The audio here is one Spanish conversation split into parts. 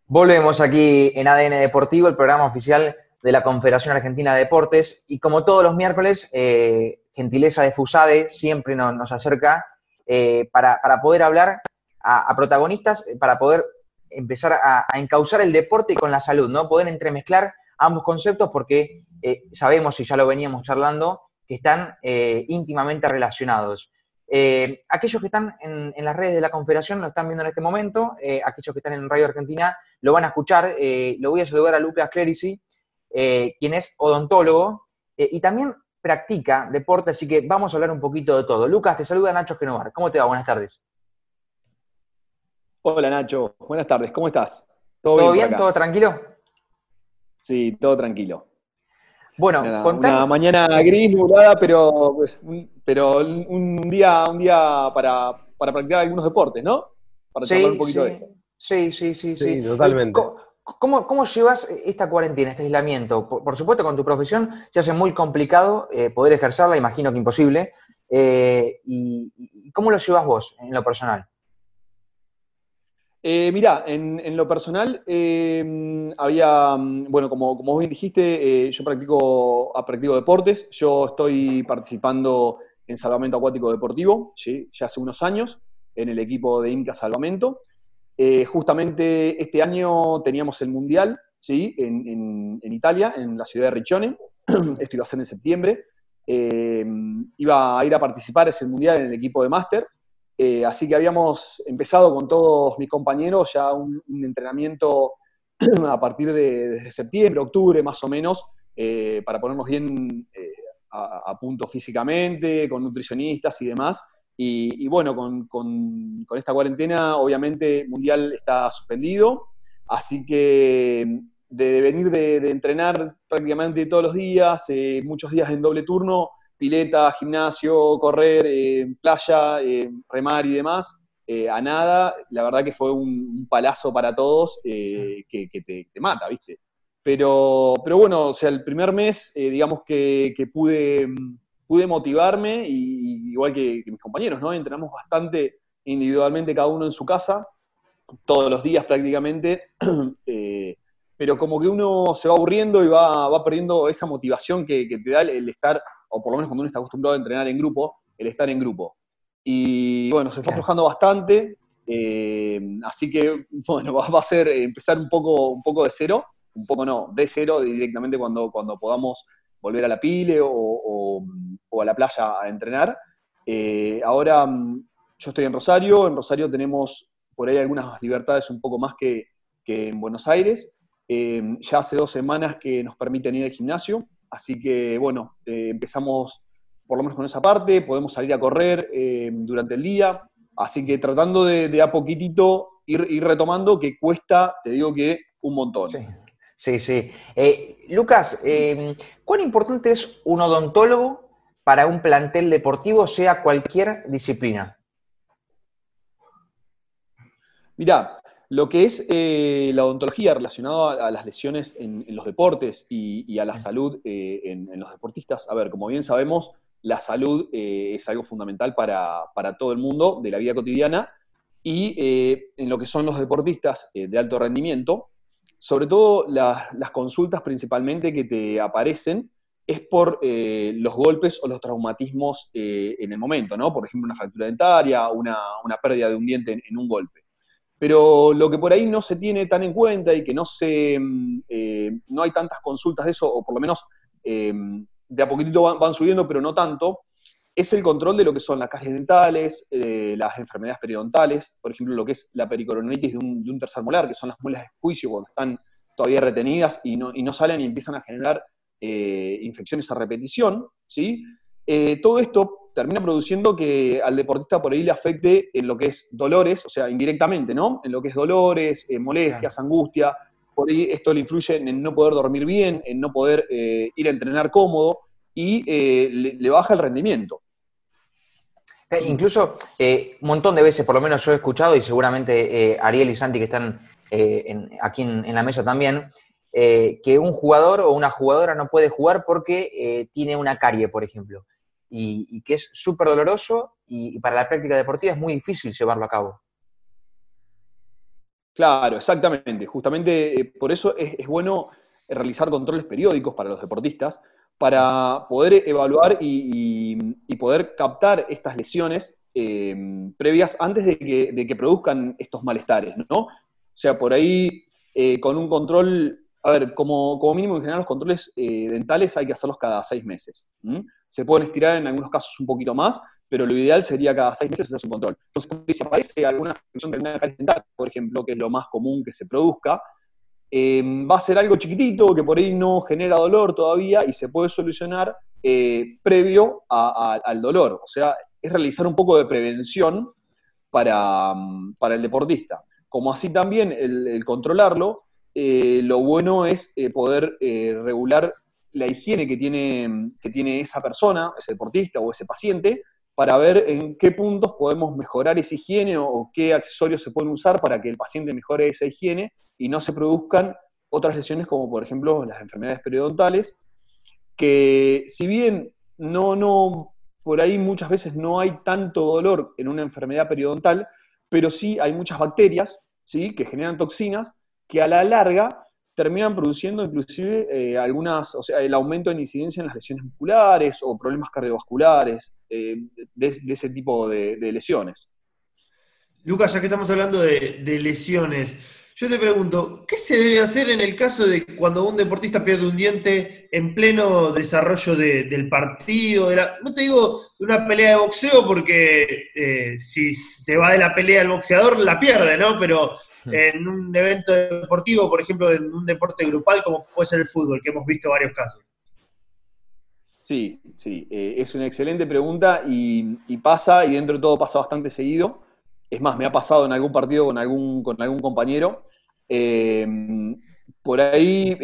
Volvemos aquí en ADN Deportivo, el programa oficial de la Confederación Argentina de Deportes. Y como todos los miércoles, gentileza de FUSADE siempre nos acerca para poder hablar a protagonistas, para poder empezar a encauzar el deporte con la salud, ¿no? Poder entremezclar ambos conceptos porque sabemos, y ya lo veníamos charlando, que están íntimamente relacionados. Aquellos que están en las redes de la Confederación lo están viendo en este momento, aquellos que están en Radio Argentina lo van a escuchar. Lo voy a saludar a Lucas Clerici, quien es odontólogo y también practica deporte, así que vamos a hablar un poquito de todo. Lucas, te saluda Nacho Genovar. ¿Cómo te va? Buenas tardes. Hola Nacho, buenas tardes, ¿cómo estás? ¿Todo ¿Todo bien por bien? ¿Todo acá? tranquilo? Sí, todo tranquilo. Bueno, Una contame. mañana Sí, gris, nublada, pero un día para practicar algunos deportes, ¿no? Para charlar un sí, poquito de sí, esto. sí, sí, sí, sí. Sí, totalmente. ¿Cómo llevas esta cuarentena, este aislamiento? Por supuesto, con tu profesión se hace muy complicado poder ejercerla, imagino que imposible. ¿Y cómo lo llevas vos en lo personal? Mirá, en lo personal, bueno, como vos bien dijiste, yo practico deportes, yo estoy participando en salvamento acuático deportivo, ¿sí? Ya hace unos años, en el equipo de IMCA Salvamento. Justamente este año teníamos el Mundial, ¿sí? En Italia, en la ciudad de Riccione. Esto iba a ser en septiembre. Eh, Iba a ir a participar ese Mundial en el equipo de máster. Así que habíamos empezado con todos mis compañeros ya un entrenamiento a partir de desde septiembre, octubre más o menos, para ponernos bien a punto físicamente, con nutricionistas y demás. Y bueno, con esta cuarentena, obviamente, Mundial está suspendido, así que de venir de entrenar prácticamente todos los días, muchos días en doble turno, pileta, gimnasio, correr, playa, remar y demás, a nada, la verdad que fue un palazo para todos que te mata, ¿viste? Pero bueno, o sea, el primer mes, digamos que pude motivarme, igual que mis compañeros, ¿no? Entrenamos bastante individualmente, cada uno en su casa, todos los días prácticamente, pero como que uno se va aburriendo y va perdiendo esa motivación que te da el estar, o por lo menos cuando uno está acostumbrado a entrenar en grupo, el estar en grupo. Y bueno, se fue Claro. aflojando bastante, así que bueno, va a ser empezar un poco de cero, un poco no, de cero directamente cuando podamos volver a la pile o a la playa a entrenar. Ahora yo estoy en Rosario tenemos por ahí algunas libertades un poco más que en Buenos Aires. Ya hace 2 semanas que nos permiten ir al gimnasio, así que bueno, empezamos por lo menos con esa parte, podemos salir a correr durante el día, así que tratando de a poquitito ir retomando, que cuesta, te digo que un Sí, montón. sí, sí. Lucas, ¿cuán importante es un odontólogo para un plantel deportivo, sea cualquier disciplina? Mirá, lo que es la odontología relacionada a las lesiones en los deportes y a la salud en los deportistas, a ver, como bien sabemos, la salud es algo fundamental para todo el mundo de la vida cotidiana y en lo que son los deportistas de alto rendimiento, sobre todo las consultas principalmente que te aparecen es por los golpes o los traumatismos en el momento, ¿no? Por ejemplo, una fractura dentaria, una pérdida de un diente en un golpe. Pero lo que por ahí no se tiene tan en cuenta y que no hay tantas consultas de eso, o por lo menos eh, de a poquitito van subiendo, pero no tanto, es el control de lo que son las caries dentales, las enfermedades periodontales, por ejemplo, lo que es la pericoronitis de un tercer molar, que son las muelas de juicio cuando están todavía retenidas y no salen y empiezan a generar infecciones a repetición, ¿sí? Todo esto termina produciendo que al deportista por ahí le afecte en lo que es dolores, o sea, indirectamente, ¿no? En lo que es dolores, Claro. molestias, angustia. Por ahí esto le influye en no poder dormir bien, en no poder ir a entrenar cómodo y le baja el rendimiento. Incluso un montón de veces, por lo menos yo he escuchado, y seguramente Ariel y Santi que están aquí en la mesa también, que un jugador o una jugadora no puede jugar porque tiene una carie, por ejemplo, y que es súper doloroso y para la práctica deportiva es muy difícil llevarlo a cabo. Claro, exactamente. Justamente por eso es bueno realizar controles periódicos para los deportistas, para poder evaluar y poder captar estas lesiones previas antes de que produzcan estos malestares, ¿no? O sea, por ahí con un control, a ver, como mínimo en general los controles dentales hay que hacerlos cada 6 meses. ¿M? Se pueden estirar en algunos casos un poquito más, pero lo ideal sería cada 6 meses hacer un control. Entonces, si aparece alguna afección de una caries dental, por ejemplo, que es lo más común que se produzca, va a ser algo chiquitito que por ahí no genera dolor todavía y se puede solucionar previo al dolor. O sea, es realizar un poco de prevención para el deportista. Como así también el controlarlo, lo bueno es poder regular la higiene que tiene esa persona, ese deportista o ese paciente, para ver en qué puntos podemos mejorar esa higiene o qué accesorios se pueden usar para que el paciente mejore esa higiene y no se produzcan otras lesiones como por ejemplo las enfermedades periodontales, que si bien por ahí muchas veces no hay tanto dolor en una enfermedad periodontal, pero sí hay muchas bacterias, ¿sí? Que generan toxinas que a la larga terminan produciendo inclusive o sea, el aumento en incidencia en las lesiones musculares o problemas cardiovasculares, de ese tipo de lesiones. Lucas, ya que estamos hablando de lesiones, yo te pregunto, ¿qué se debe hacer en el caso de cuando un deportista pierde un diente en pleno desarrollo del partido? No te digo de una pelea de boxeo, porque si se va de la pelea el boxeador, la pierde, ¿no? Pero en un evento deportivo, por ejemplo, en un deporte grupal como puede ser el fútbol, que hemos visto varios casos. Sí, sí, es una excelente pregunta y pasa, y dentro de todo pasa bastante seguido. Es más, me ha pasado en algún partido con algún compañero. Eh, por ahí,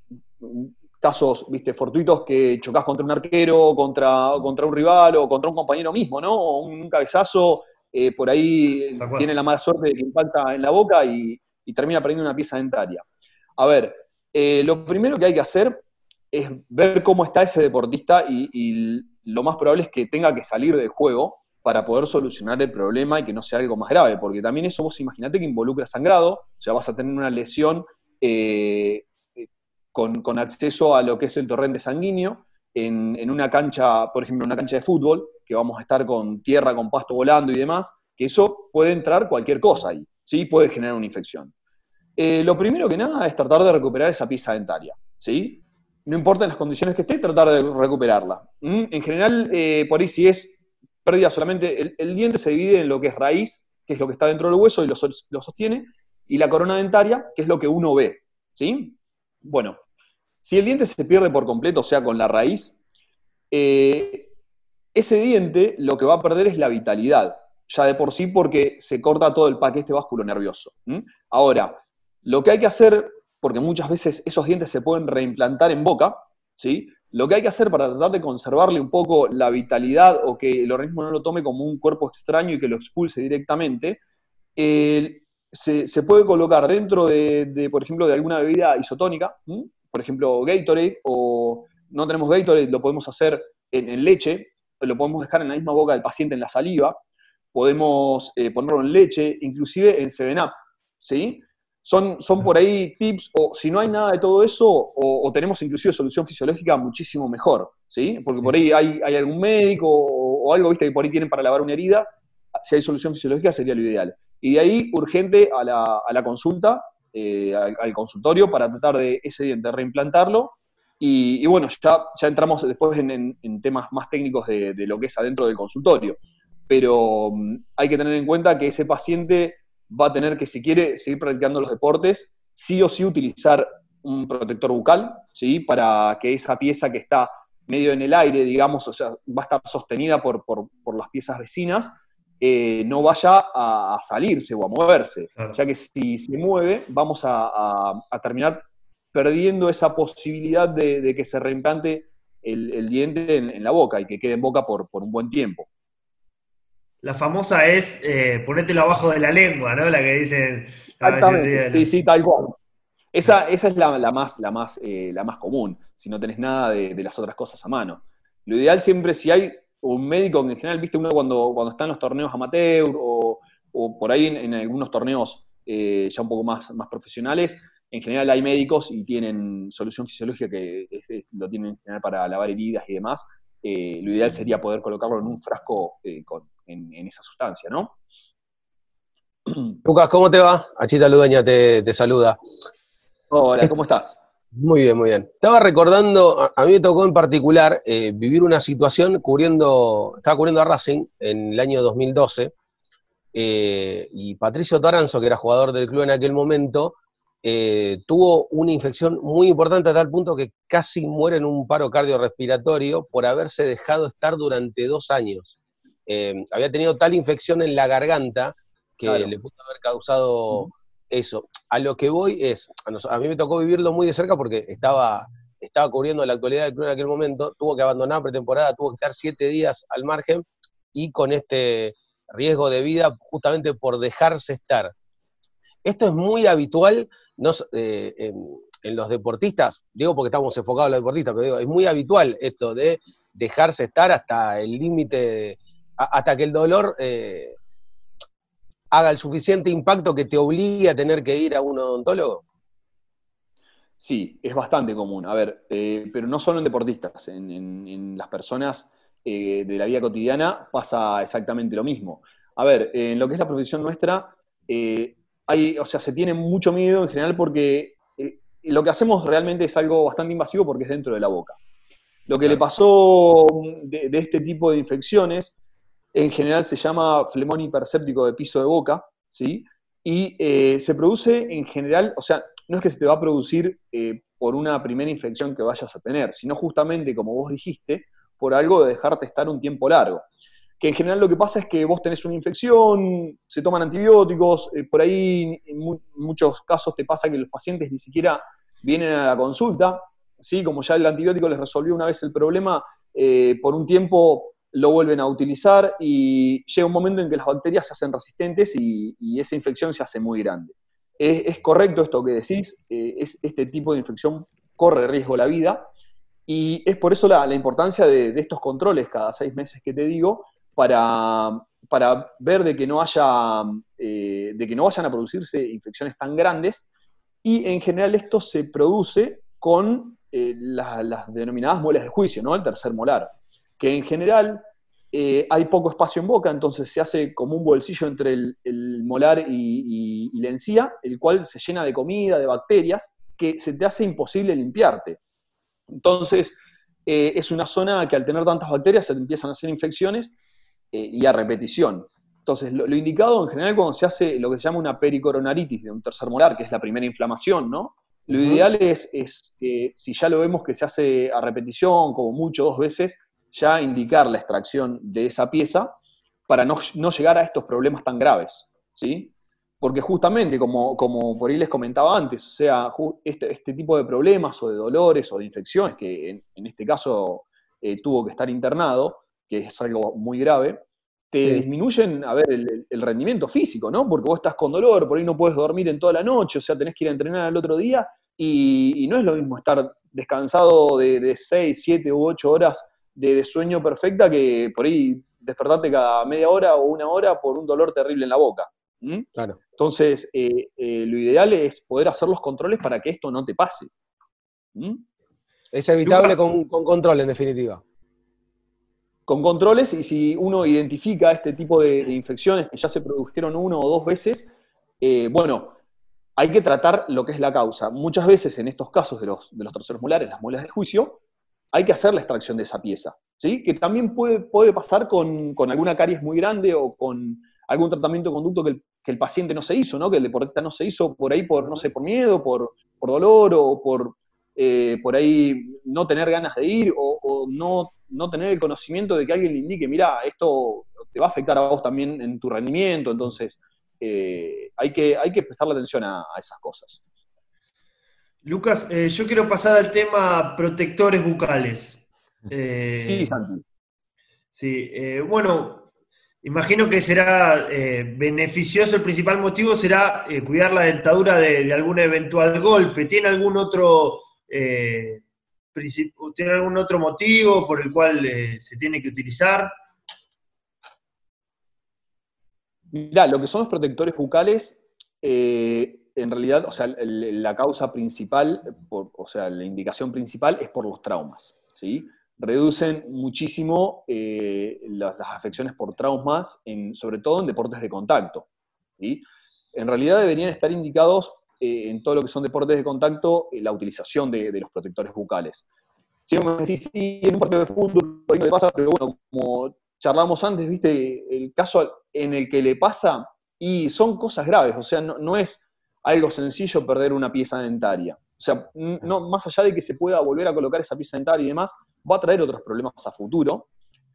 casos, viste, fortuitos que chocas contra un arquero, contra un rival o contra un compañero mismo, ¿no? O un cabezazo, por ahí ¿De acuerdo? tiene la mala suerte de que impacta en la boca y termina perdiendo una pieza dentaria. A ver, lo primero que hay que hacer es ver cómo está ese deportista y lo más probable es que tenga que salir del juego para poder solucionar el problema y que no sea algo más grave, porque también eso vos imaginate que involucra sangrado, o sea, vas a tener una lesión eh, con acceso a lo que es el torrente sanguíneo en una cancha, por ejemplo, una cancha de fútbol, que vamos a estar con tierra, con pasto volando y demás, que eso puede entrar cualquier cosa ahí, ¿sí? Puede generar una infección. Lo primero que nada es tratar de recuperar esa pieza dentaria, ¿sí? No importa en las condiciones que esté, tratar de recuperarla. En general, por ahí si es pérdida solamente, el diente se divide en lo que es raíz, que es lo que está dentro del hueso y lo sostiene, y la corona dentaria, que es lo que uno ve, ¿sí? Bueno, si el diente se pierde por completo, o sea, con la raíz, eh, ese diente lo que va a perder es la vitalidad, ya de por sí porque se corta todo el paquete vasculo nervioso. Ahora, lo que hay que hacer, porque muchas veces esos dientes se pueden reimplantar en boca, ¿sí? Lo que hay que hacer para tratar de conservarle un poco la vitalidad o que el organismo no lo tome como un cuerpo extraño y que lo expulse directamente, se puede colocar dentro por ejemplo, de alguna bebida isotónica, por ejemplo, Gatorade, o no tenemos Gatorade, lo podemos hacer en leche, lo podemos dejar en la misma boca del paciente en la saliva, podemos ponerlo en leche, inclusive en 7-Up, ¿sí? Son por ahí tips, o si no hay nada de todo eso, o tenemos inclusive solución fisiológica, muchísimo mejor, ¿sí? Porque por ahí hay algún médico o algo, viste, que por ahí tienen para lavar una herida, si hay solución fisiológica sería lo ideal. Y de ahí urgente a la consulta, al consultorio, para tratar de ese diente reimplantarlo. Y bueno, ya entramos después en temas más técnicos de lo que es adentro del consultorio. Pero hay que tener en cuenta que ese paciente va a tener que, si quiere seguir practicando los deportes, sí o sí utilizar un protector bucal, ¿sí? Para que esa pieza que está medio en el aire, digamos, o sea, va a estar sostenida por las piezas vecinas, no vaya a salirse o a moverse, Claro. ya que si se mueve vamos a terminar perdiendo esa posibilidad de que se reimplante el diente en la boca y que quede en boca por un buen tiempo. La famosa es ponételo abajo de la lengua, ¿no? La que dicen la mayoría Exactamente, de sí, los... sí, tal cual. Esa es la más común, si no tenés nada de las otras cosas a mano. Lo ideal siempre, si hay un médico, en general, viste, uno cuando está en los torneos amateur o por ahí en algunos torneos ya un poco más profesionales, en general hay médicos y tienen solución fisiológica que lo tienen en general para lavar heridas y demás. Lo ideal sería poder colocarlo en un frasco en esa sustancia, ¿no? Lucas, ¿cómo te va? Achita Ludeña te saluda. Hola, ¿cómo estás? Muy bien, muy bien. Estaba recordando, a mí me tocó en particular vivir una situación estaba cubriendo a Racing en el año 2012, y Patricio Toranzo, que era jugador del club en aquel momento, tuvo una infección muy importante a tal punto que casi muere en un paro cardiorrespiratorio por haberse dejado estar durante 2 años. Había tenido tal infección en la garganta que Claro. le pudo haber causado eso. A lo que voy es, a mí me tocó vivirlo muy de cerca porque estaba cubriendo la actualidad del club en aquel momento, tuvo que abandonar pretemporada, tuvo que estar 7 días al margen y con este riesgo de vida justamente por dejarse estar. Esto es muy habitual en los deportistas, digo porque estamos enfocados en los deportistas, pero digo, es muy habitual esto de dejarse estar hasta el límite, hasta que el dolor haga el suficiente impacto que te obligue a tener que ir a un odontólogo. Sí, es bastante común. A ver, pero no solo en deportistas, en las personas de la vida cotidiana pasa exactamente lo mismo. A ver, en lo que es la profesión nuestra, se tiene mucho miedo en general porque lo que hacemos realmente es algo bastante invasivo porque es dentro de la boca. Lo que le pasó de este tipo de infecciones, en general se llama flemón hiperséptico de piso de boca, ¿sí? Y se produce en general, o sea, no es que se te va a producir por una primera infección que vayas a tener, sino justamente, como vos dijiste, por algo de dejarte estar un tiempo largo. Que en general lo que pasa es que vos tenés una infección, se toman antibióticos, por ahí en muchos casos te pasa que los pacientes ni siquiera vienen a la consulta, ¿sí? Como ya el antibiótico les resolvió una vez el problema, por un tiempo lo vuelven a utilizar y llega un momento en que las bacterias se hacen resistentes y esa infección se hace muy grande. Es correcto esto que decís, este tipo de infección corre riesgo la vida y es por eso la importancia de estos controles cada 6 meses que te digo para ver de que no vayan a producirse infecciones tan grandes y en general esto se produce con las denominadas muelas de juicio, ¿no? El tercer molar, que en general hay poco espacio en boca, entonces se hace como un bolsillo entre el molar y la encía, el cual se llena de comida, de bacterias, que se te hace imposible limpiarte. Entonces, es una zona que al tener tantas bacterias se te empiezan a hacer infecciones y a repetición. Entonces, lo indicado en general cuando se hace lo que se llama una pericoronaritis de un tercer molar, que es la primera inflamación, ¿no? Lo ideal es que si ya lo vemos que se hace a repetición, como mucho 2 veces, ya indicar la extracción de esa pieza para no llegar a estos problemas tan graves, ¿sí? Porque justamente, como por ahí les comentaba antes, o sea, este tipo de problemas o de dolores o de infecciones, que en este caso tuvo que estar internado, que es algo muy grave, te disminuyen, a ver, el rendimiento físico, ¿no? Porque vos estás con dolor, por ahí no puedes dormir en toda la noche, o sea, tenés que ir a entrenar al otro día, y no es lo mismo estar descansado de 6, 7 u 8 horas de sueño perfecta que por ahí despertarte cada media hora o 1 hora por un dolor terrible en la boca. ¿Mm? Claro. Entonces, lo ideal es poder hacer los controles para que esto no te pase. ¿Mm? Es evitable Lucas, con control, en definitiva. Con controles, y si uno identifica este tipo de infecciones que ya se produjeron 1 o 2 veces, bueno, hay que tratar lo que es la causa. Muchas veces en estos casos de los terceros molares, las muelas de juicio, hay que hacer la extracción de esa pieza, ¿sí? Que también puede pasar con alguna caries muy grande o con algún tratamiento de conducto que el paciente no se hizo, ¿no? Que el deportista no se hizo por ahí por, no sé, por miedo, por dolor o por ahí no tener ganas de ir o no tener el conocimiento de que alguien le indique, mira, esto te va a afectar a vos también en tu rendimiento, entonces hay que prestarle atención a esas cosas. Lucas, yo quiero pasar al tema protectores bucales. Sí, Santi. Sí, bueno, imagino que será beneficioso, el principal motivo será cuidar la dentadura de algún eventual golpe. ¿Tiene algún otro motivo por el cual se tiene que utilizar? Mirá, lo que son los protectores bucales, en realidad, o sea, la causa principal, o sea, la indicación principal es por los traumas, ¿sí? Reducen muchísimo las afecciones por traumas, sobre todo en deportes de contacto, ¿sí? En realidad deberían estar indicados en todo lo que son deportes de contacto la utilización de los protectores bucales. Si me decís, sí, en un partido de fútbol, por ahí no le pasa, pero bueno, como charlamos antes, viste, el caso en el que le pasa, y son cosas graves, o sea, no es algo sencillo perder una pieza dentaria. O sea, no, más allá de que se pueda volver a colocar esa pieza dentaria y demás, va a traer otros problemas a futuro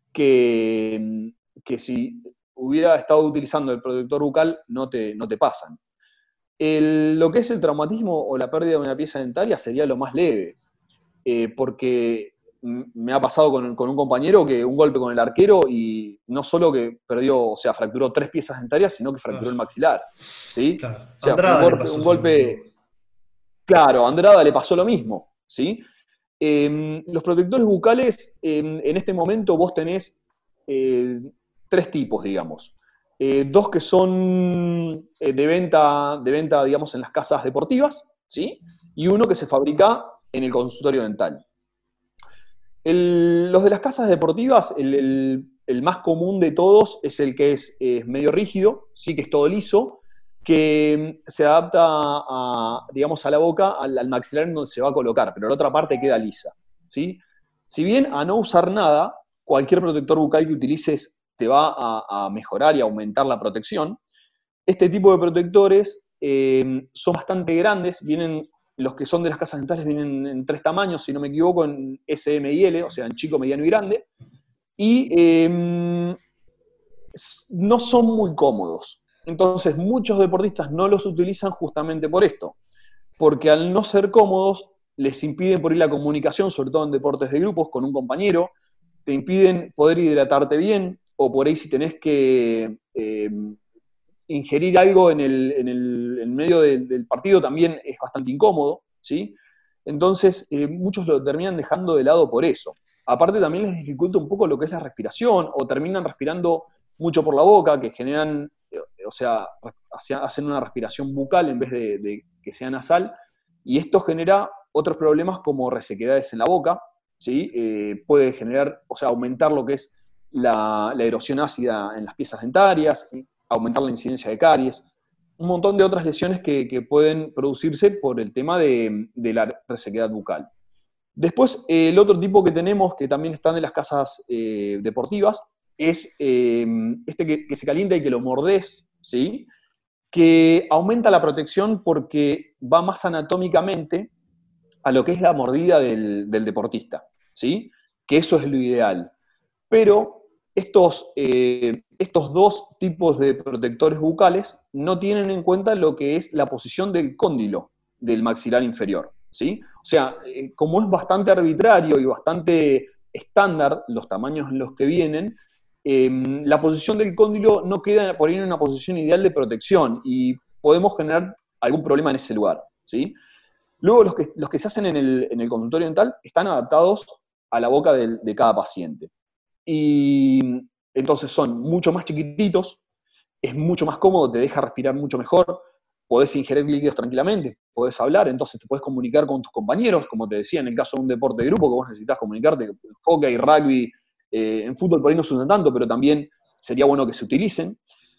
que si hubiera estado utilizando el protector bucal no te pasan. Lo que es el traumatismo o la pérdida de una pieza dentaria sería lo más leve, porque me ha pasado con un compañero que un golpe con el arquero y no solo que perdió, o sea, fracturó 3 piezas dentarias, sino que fracturó el maxilar, ¿sí? Claro. O sea, fue un golpe, claro, a Andrada le pasó lo mismo, ¿sí? Los protectores bucales, en este momento vos tenés 3 tipos, digamos. 2 que son de venta, digamos, en las casas deportivas, ¿sí? Y uno que se fabrica en el consultorio dental. Los de las casas deportivas, el más común de todos es el que es medio rígido, sí que es todo liso, que se adapta digamos, a la boca, al maxilar en donde se va a colocar, pero la otra parte queda lisa, ¿sí? Si bien a no usar nada, cualquier protector bucal que utilices te va a mejorar y a aumentar la protección. Este tipo de protectores son bastante grandes, los que son de las casas dentales vienen en 3 tamaños, si no me equivoco, en S, M y L, o sea, en chico, mediano y grande, y no son muy cómodos. Entonces, muchos deportistas no los utilizan justamente por esto, porque al no ser cómodos, les impiden por ahí la comunicación, sobre todo en deportes de grupos, con un compañero, te impiden poder hidratarte bien, o por ahí si tenés que ingerir algo en medio del partido también es bastante incómodo, ¿sí? Entonces, muchos lo terminan dejando de lado por eso. Aparte también les dificulta un poco lo que es la respiración, o terminan respirando mucho por la boca, que generan, o sea, hacen una respiración bucal en vez de que sea nasal, y esto genera otros problemas como resequedades en la boca, ¿sí? Puede generar, o sea, aumentar lo que es la erosión ácida en las piezas dentarias, aumentar la incidencia de caries, un montón de otras lesiones que pueden producirse por el tema de la resequedad bucal. Después, el otro tipo que tenemos, que también están en las casas deportivas, es este que se calienta y que lo mordés, ¿sí? Que aumenta la protección porque va más anatómicamente a lo que es la mordida del deportista, ¿sí? Que eso es lo ideal. Pero estos 2 tipos de protectores bucales no tienen en cuenta lo que es la posición del cóndilo del maxilar inferior, ¿sí? O sea, como es bastante arbitrario y bastante estándar los tamaños en los que vienen, la posición del cóndilo no queda por ahí en una posición ideal de protección y podemos generar algún problema en ese lugar, ¿sí? Luego, los que se hacen en el consultorio dental están adaptados a la boca de cada paciente. Y entonces son mucho más chiquititos, es mucho más cómodo, te deja respirar mucho mejor, podés ingerir líquidos tranquilamente, podés hablar, entonces te podés comunicar con tus compañeros, como te decía, en el caso de un deporte de grupo que vos necesitas comunicarte, hockey, rugby, en fútbol por ahí no se usan tanto, pero también sería bueno que se utilicen.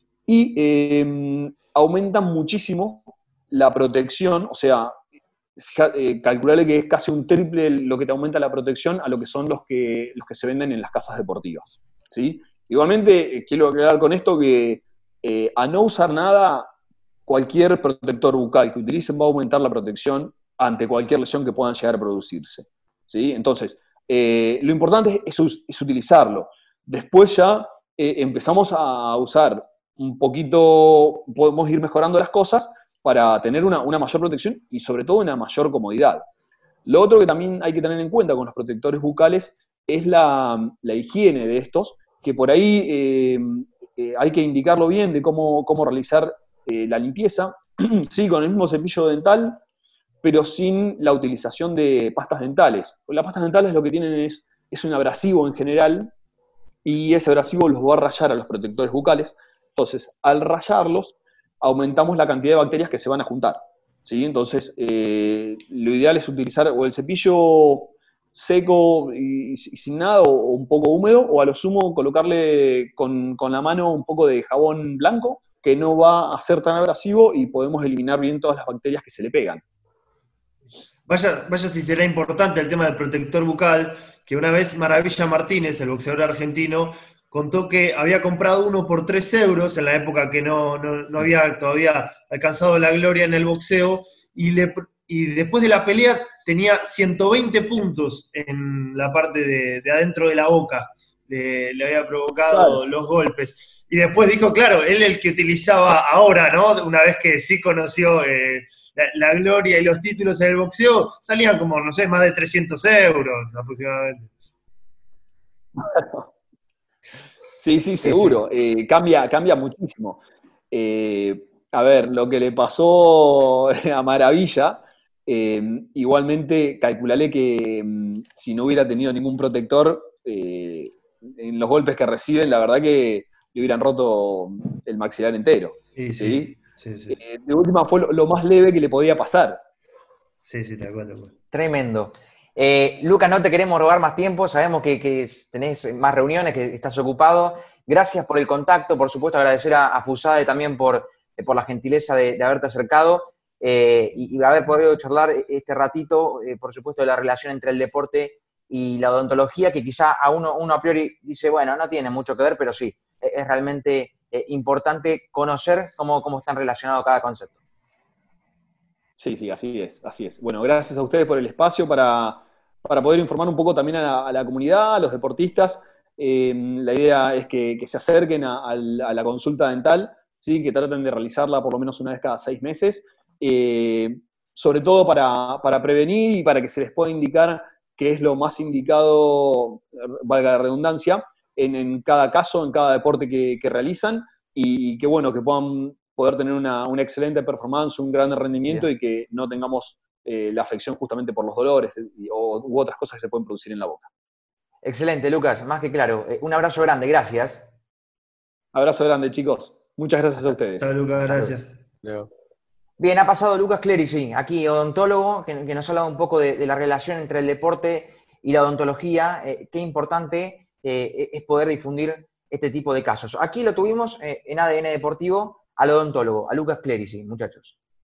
Y aumentan muchísimo la protección, o sea, calcularle que es casi un triple lo que te aumenta la protección a lo que son los que se venden en las casas deportivas, ¿sí? Igualmente, quiero aclarar con esto que a no usar nada, cualquier protector bucal que utilicen va a aumentar la protección ante cualquier lesión que puedan llegar a producirse, ¿sí? Entonces, lo importante es utilizarlo. Después ya empezamos a usar un poquito, podemos ir mejorando las cosas para tener una mayor protección y sobre todo una mayor comodidad. Lo otro que también hay que tener en cuenta con los protectores bucales es la higiene de estos, que por ahí hay que indicarlo bien de cómo realizar la limpieza, sí, con el mismo cepillo dental, pero sin la utilización de pastas dentales. Las pastas dentales lo que tienen es un abrasivo en general, y ese abrasivo los va a rayar a los protectores bucales. Entonces, al rayarlos, aumentamos la cantidad de bacterias que se van a juntar, ¿sí? Entonces, lo ideal es utilizar o el cepillo seco y sin nada, o un poco húmedo, o a lo sumo colocarle con la mano un poco de jabón blanco, que no va a ser tan abrasivo y podemos eliminar bien todas las bacterias que se le pegan. Vaya si será importante el tema del protector bucal, que una vez Maravilla Martínez, el boxeador argentino, contó que había comprado uno por 3 euros en la época que no había todavía alcanzado la gloria en el boxeo, y después de la pelea tenía 120 puntos en la parte de adentro de la boca, le había provocado Claro. los golpes. Y después dijo, claro, él el que utilizaba ahora, ¿no? Una vez que sí conoció la gloria y los títulos en el boxeo, salían como, no sé, más de 300 euros aproximadamente. Sí, sí, seguro. Cambia muchísimo. A ver, lo que le pasó a Maravilla, igualmente calcularé que si no hubiera tenido ningún protector, en los golpes que reciben, la verdad que le hubieran roto el maxilar entero. Y ¿Sí? sí. De última fue lo más leve que le podía pasar. Sí, tal cual. Tremendo. Lucas, no te queremos robar más tiempo, sabemos que tenés más reuniones, que estás ocupado. Gracias por el contacto, por supuesto agradecer a Fusade también por la gentileza de haberte acercado y haber podido charlar este ratito, por supuesto, de la relación entre el deporte y la odontología, que quizá a uno a priori dice, bueno, no tiene mucho que ver, pero sí, es realmente importante conocer cómo están relacionados cada concepto. Sí, así es. Bueno, gracias a ustedes por el espacio para poder informar un poco también a la comunidad, a los deportistas. La idea es que se acerquen a la consulta dental, ¿sí? Que traten de realizarla por lo menos una vez cada 6 meses, sobre todo para prevenir y para que se les pueda indicar qué es lo más indicado, valga la redundancia, en cada caso, en cada deporte que realizan, y que bueno, que puedan poder tener una excelente performance, un gran rendimiento. Bien. Y que no tengamos la afección justamente por los dolores u otras cosas que se pueden producir en la boca. Excelente, Lucas, más que claro. Un abrazo grande, gracias. Abrazo grande, chicos. Muchas gracias a ustedes. Chao, Lucas, gracias. Bien, ha pasado Lucas Clerici, aquí odontólogo, que nos ha hablado un poco de la relación entre el deporte y la odontología. Qué importante es poder difundir este tipo de casos. Aquí lo tuvimos en ADN Deportivo al odontólogo, a Lucas Clerici, muchachos.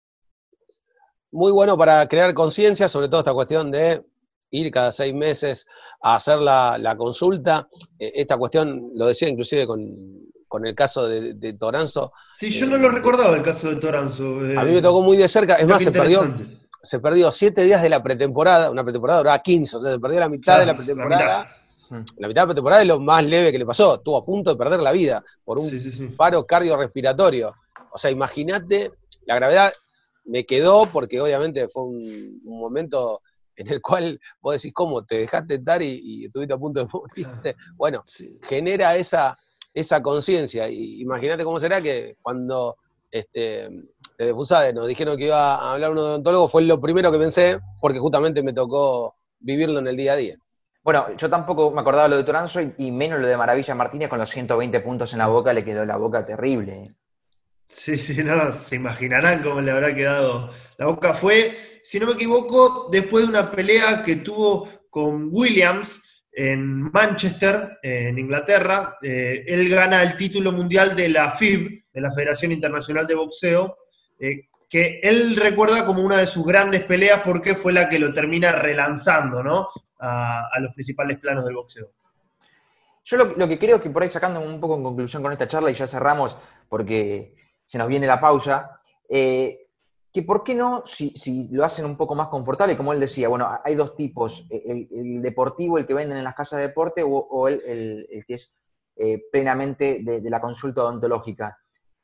Muy bueno para crear conciencia, sobre todo esta cuestión de ir cada 6 meses a hacer la consulta. Esta cuestión, lo decía inclusive con el caso de Toranzo. Sí, yo no lo recordaba el caso de Toranzo. A mí me tocó muy de cerca. Es más, se perdió 7 días de la pretemporada. Una pretemporada duraba 15, o sea, se perdió la mitad de la pretemporada. La mitad de la pretemporada es lo más leve que le pasó. Estuvo a punto de perder la vida por un paro cardiorrespiratorio. O sea, imagínate, la gravedad me quedó porque obviamente fue un momento en el cual vos decís, ¿cómo? Te dejaste estar y estuviste a punto de morirte. Bueno, genera esa conciencia. Imagínate cómo será que cuando desde Fusade nos dijeron que iba a hablar un odontólogo, fue lo primero que pensé, porque justamente me tocó vivirlo en el día a día. Bueno, yo tampoco me acordaba lo de Toranzo y menos lo de Maravilla Martínez con los 120 puntos en la boca, le quedó la boca terrible. Sí, no, se imaginarán cómo le habrá quedado. La boca fue, si no me equivoco, después de una pelea que tuvo con Williams en Manchester, en Inglaterra. Él gana el título mundial de la FIB, de la Federación Internacional de Boxeo, que él recuerda como una de sus grandes peleas porque fue la que lo termina relanzando, ¿no? A los principales planos del boxeo. Yo lo que creo que por ahí sacando un poco en conclusión con esta charla, y ya cerramos porque se nos viene la pausa, que por qué no, si lo hacen un poco más confortable, como él decía, bueno, hay dos tipos, el deportivo, el que venden en las casas de deporte, o el que es plenamente de la consulta odontológica.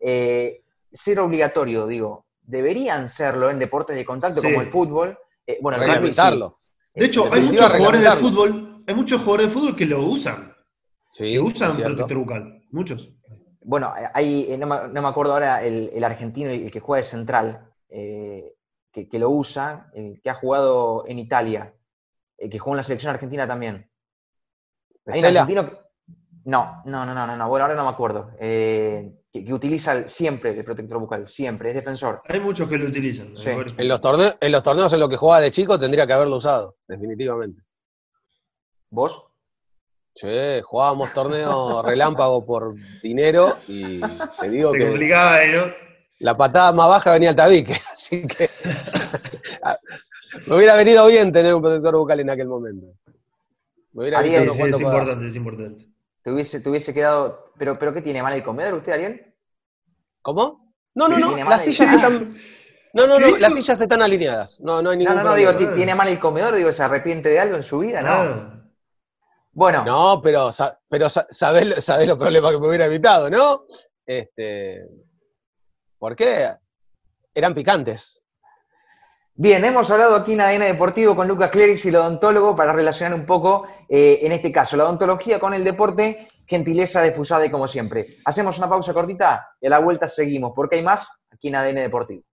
Ser obligatorio, digo, deberían serlo en deportes de contacto como el fútbol. Bueno, el rugby sí. De hecho, hay muchos jugadores de fútbol, que lo usan. Sí, que usan protector bucal. Muchos. Bueno, hay, no me acuerdo ahora el argentino, el que juega de central, que lo usa, el que ha jugado en Italia, que jugó en la selección argentina también. Hay un argentino. No. Bueno, ahora no me acuerdo. que utiliza siempre el protector bucal, siempre, es defensor. Hay muchos que lo utilizan. Sí. En los torneos en los que jugaba de chico tendría que haberlo usado, definitivamente. ¿Vos? Sí, jugábamos torneos relámpago por dinero y te digo Se que complicaba, ¿no? la patada más baja venía al tabique, así que me hubiera venido bien tener un protector bucal en aquel momento. Me hubiera Ariel, evitado unos Es cuantos importante, es importante. ¿Te hubiese quedado... ¿Pero qué tiene mal el comedor usted, Ariel? ¿Cómo? No, ¿Tiene mal las el- sillas están... No, ¿Qué dijo? las sillas están alineadas. No hay ningún No, digo, problema. ¿tiene mal el comedor? Digo, ¿se arrepiente de algo en su vida? No. Ah, Bueno, No, pero sabés los problemas que me hubiera evitado, ¿no? ¿Por qué? Eran picantes. bien, hemos hablado aquí en ADN Deportivo con Lucas Cleris, el odontólogo, para relacionar un poco, en este caso, la odontología con el deporte, gentileza de Fusade como siempre. Hacemos una pausa cortita y a la vuelta seguimos, porque hay más aquí en ADN Deportivo.